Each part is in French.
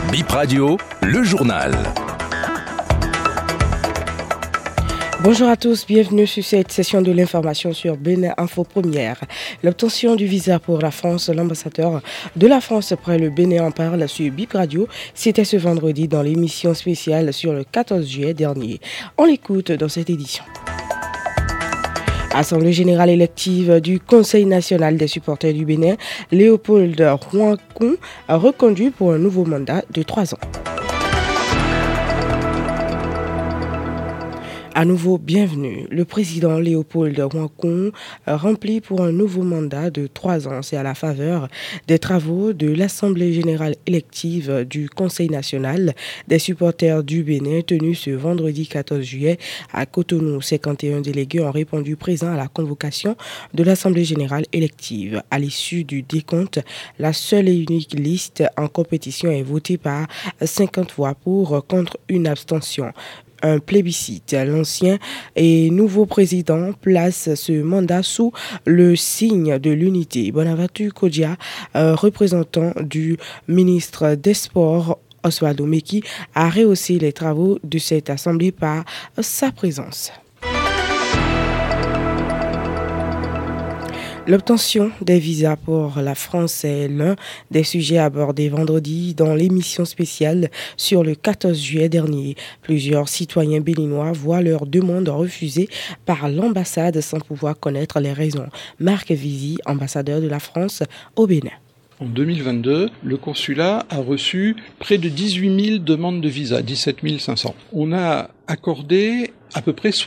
Bip Radio, le journal. Bonjour à tous, bienvenue sur cette session de l'information sur Bénin Info Première. L'obtention du visa pour la France, l'ambassadeur de la France près le Bénin en parle sur Bip Radio. C'était ce vendredi dans l'émission spéciale sur le 14 juillet dernier. On l'écoute dans cette édition. Assemblée générale élective du Conseil national des supporters du Bénin, Léopold Rouancon a reconduit pour un nouveau mandat de 3 ans. À nouveau, bienvenue. Le président Léopold Rouancon remplit pour un nouveau mandat de 3 ans. C'est à la faveur des travaux de l'Assemblée générale élective du Conseil national des supporters du Bénin tenue ce vendredi 14 juillet à Cotonou. 51 délégués ont répondu présents à la convocation de l'Assemblée générale élective. À l'issue du décompte, la seule et unique liste en compétition est votée par 50 voix pour contre une abstention. Un plébiscite. L'ancien et nouveau président place ce mandat sous le signe de l'unité. Bonaventure Kodia, représentant du ministre des Sports, Oswaldo Meki, a rehaussé les travaux de cette assemblée par sa présence. L'obtention des visas pour la France est l'un des sujets abordés vendredi dans l'émission spéciale sur le 14 juillet dernier. Plusieurs citoyens béninois voient leur demande refusée par l'ambassade sans pouvoir connaître les raisons. Marc Vizy, ambassadeur de la France au Bénin. En 2022, le consulat a reçu près de 18 000 demandes de visa, 17 500. On a accordé à peu près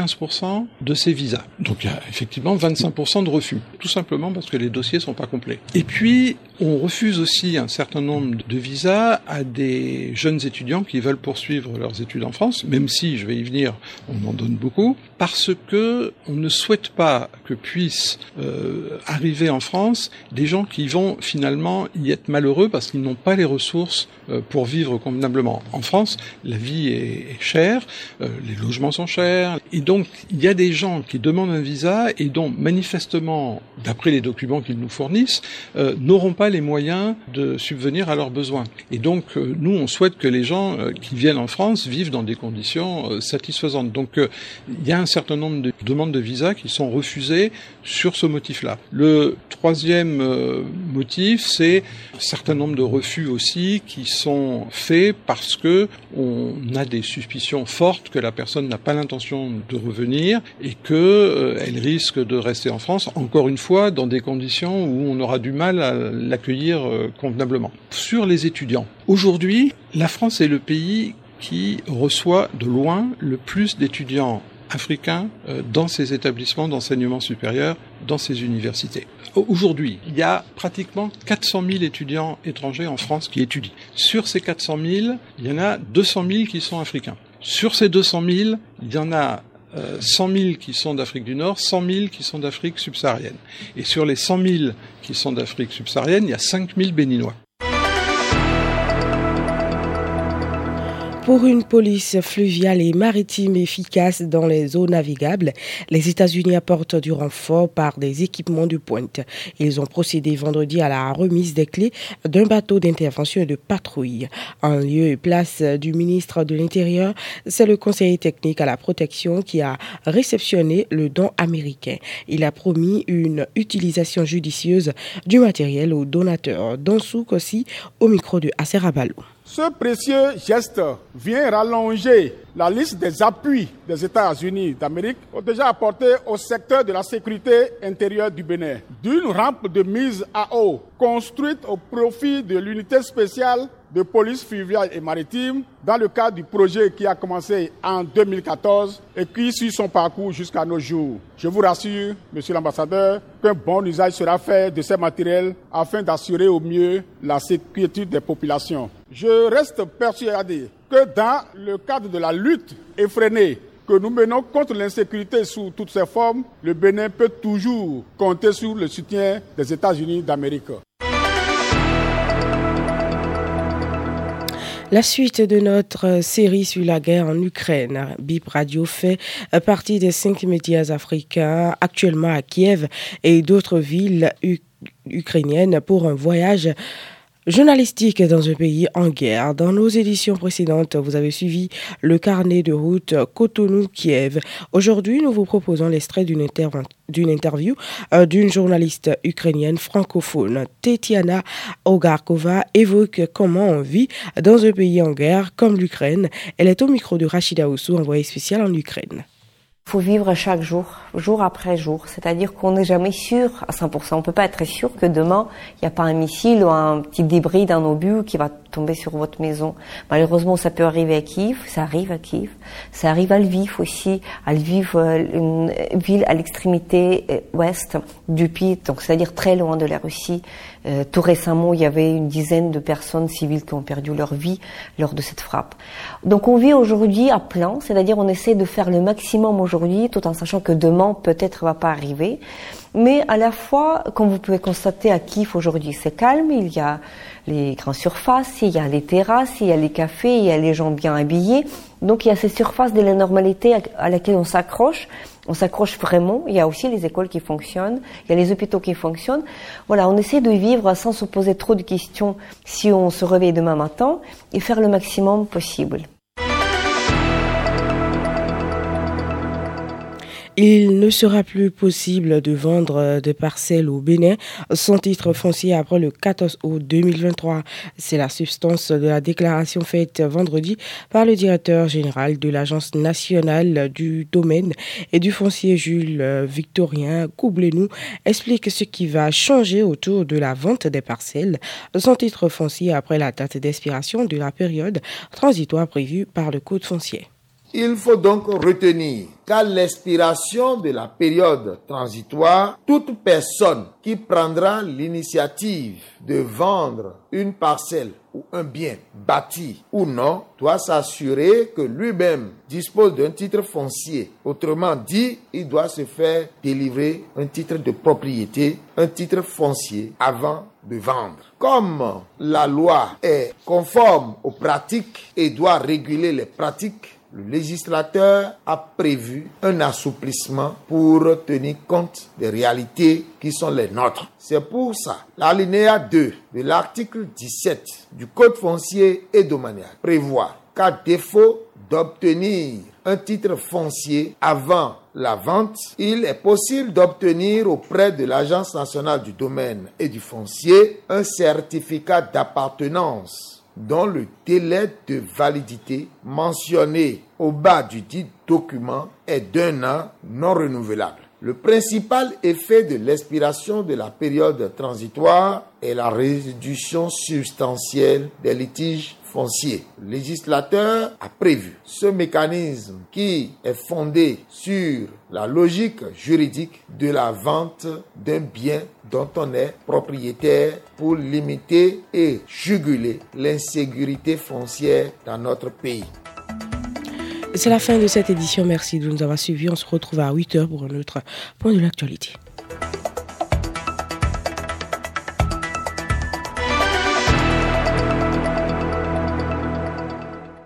75% de ces visas. Donc il y a effectivement 25% de refus, tout simplement parce que les dossiers sont pas complets. Et puis, on refuse aussi un certain nombre de visas à des jeunes étudiants qui veulent poursuivre leurs études en France, même si, je vais y venir, on en donne beaucoup, parce que on ne souhaite pas que puissent arriver en France des gens qui vont finalement y être malheureux parce qu'ils n'ont pas les ressources pour vivre convenablement. En France, la vie est chère, les logements sont chers, et donc il y a des gens qui demandent un visa et dont manifestement, d'après les documents qu'ils nous fournissent, n'auront pas les moyens de subvenir à leurs besoins. Et donc nous, on souhaite que les gens qui viennent en France vivent dans des conditions satisfaisantes. Donc il y a un certain nombre de demandes de visa qui sont refusées sur ce motif-là. Le troisième motif, c'est un certain nombre de refus aussi qui sont faits parce que on a des suspicions fortes que la personne n'a pas l'intention de revenir et que elle risque de rester en France, encore une fois, dans des conditions où on aura du mal à l'accueillir convenablement. Sur les étudiants, aujourd'hui, la France est le pays qui reçoit de loin le plus d'étudiants africains dans ses établissements d'enseignement supérieur, dans ses universités. Aujourd'hui, il y a pratiquement 400 000 étudiants étrangers en France qui étudient. Sur ces 400 000, il y en a 200 000 qui sont africains. Sur ces 200 000, il y en a 100 000 qui sont d'Afrique du Nord, 100 000 qui sont d'Afrique subsaharienne. Et sur les 100 000 qui sont d'Afrique subsaharienne, il y a 5 000 Béninois. Pour une police fluviale et maritime efficace dans les eaux navigables, les États-Unis apportent du renfort par des équipements de pointe. Ils ont procédé vendredi à la remise des clés d'un bateau d'intervention et de patrouille. En lieu et place du ministre de l'Intérieur, c'est le conseiller technique à la protection qui a réceptionné le don américain. Il a promis une utilisation judicieuse du matériel aux donateurs. Dansou Kossi au micro de Asser Abalou. Ce précieux geste vient rallonger la liste des appuis des États-Unis d'Amérique déjà apportés au secteur de la sécurité intérieure du Bénin. D'une rampe de mise à eau construite au profit de l'unité spéciale de police fluviale et maritime dans le cadre du projet qui a commencé en 2014 et qui suit son parcours jusqu'à nos jours. Je vous rassure, monsieur l'ambassadeur, qu'un bon usage sera fait de ces matériels afin d'assurer au mieux la sécurité des populations. Je reste persuadé que dans le cadre de la lutte effrénée que nous menons contre l'insécurité sous toutes ses formes, le Bénin peut toujours compter sur le soutien des États-Unis d'Amérique. La suite de notre série sur la guerre en Ukraine. Bip Radio fait partie des 5 médias africains actuellement à Kiev et d'autres villes ukrainiennes pour un voyage Journalistique dans un pays en guerre. Dans nos éditions précédentes, vous avez suivi le carnet de route Cotonou-Kiev. Aujourd'hui, nous vous proposons l'extrait d'une interview d'une journaliste ukrainienne francophone. Tetiana Ogarkova évoque comment on vit dans un pays en guerre comme l'Ukraine. Elle est au micro de Rachida Oussou, envoyée spéciale en Ukraine. Il faut vivre chaque jour, jour après jour. C'est-à-dire qu'on n'est jamais sûr à 100%. On ne peut pas être sûr que demain, il n'y a pas un missile ou un petit débris d'un obus qui va tomber sur votre maison. Malheureusement, ça peut arriver à Kiev. Ça arrive à Kiev. Ça arrive à Lviv aussi. À Lviv, une ville à l'extrémité ouest du pays, donc c'est-à-dire très loin de la Russie. Tout récemment, il y avait une dizaine de personnes civiles qui ont perdu leur vie lors de cette frappe. Donc on vit aujourd'hui à plein, c'est-à-dire on essaie de faire le maximum aujourd'hui, tout en sachant que demain peut-être va pas arriver. Mais à la fois, comme vous pouvez constater à Kiev aujourd'hui, c'est calme, il y a les grandes surfaces, il y a les terrasses, il y a les cafés, il y a les gens bien habillés. Donc il y a ces surfaces de la normalité à laquelle on s'accroche. On s'accroche vraiment. Il y a aussi les écoles qui fonctionnent. Il y a les hôpitaux qui fonctionnent. Voilà, on essaie de vivre sans se poser trop de questions si on se réveille demain matin et faire le maximum possible. Il ne sera plus possible de vendre des parcelles au Bénin sans titre foncier après le 14 août 2023. C'est la substance de la déclaration faite vendredi par le directeur général de l'Agence nationale du domaine et du foncier Jules Victorien Koublenou explique ce qui va changer autour de la vente des parcelles sans titre foncier après la date d'expiration de la période transitoire prévue par le Code foncier. Il faut donc retenir qu'à l'expiration de la période transitoire, toute personne qui prendra l'initiative de vendre une parcelle ou un bien bâti ou non doit s'assurer que lui-même dispose d'un titre foncier. Autrement dit, il doit se faire délivrer un titre de propriété, un titre foncier avant de vendre. Comme la loi est conforme aux pratiques et doit réguler les pratiques, le législateur a prévu un assouplissement pour tenir compte des réalités qui sont les nôtres. C'est pour ça, l'alinéa 2 de l'article 17 du Code foncier et domanial prévoit qu'à défaut d'obtenir un titre foncier avant la vente, il est possible d'obtenir auprès de l'Agence nationale du domaine et du foncier un certificat d'appartenance dont le délai de validité mentionné au bas du dit document est d'1 an non renouvelable. Le principal effet de l'expiration de la période transitoire est la réduction substantielle des litiges fonciers. Le législateur a prévu ce mécanisme qui est fondé sur la logique juridique de la vente d'un bien dont on est propriétaire pour limiter et juguler l'insécurité foncière dans notre pays. C'est la fin de cette édition. Merci de nous avoir suivis. On se retrouve à 8h pour un autre point de l'actualité.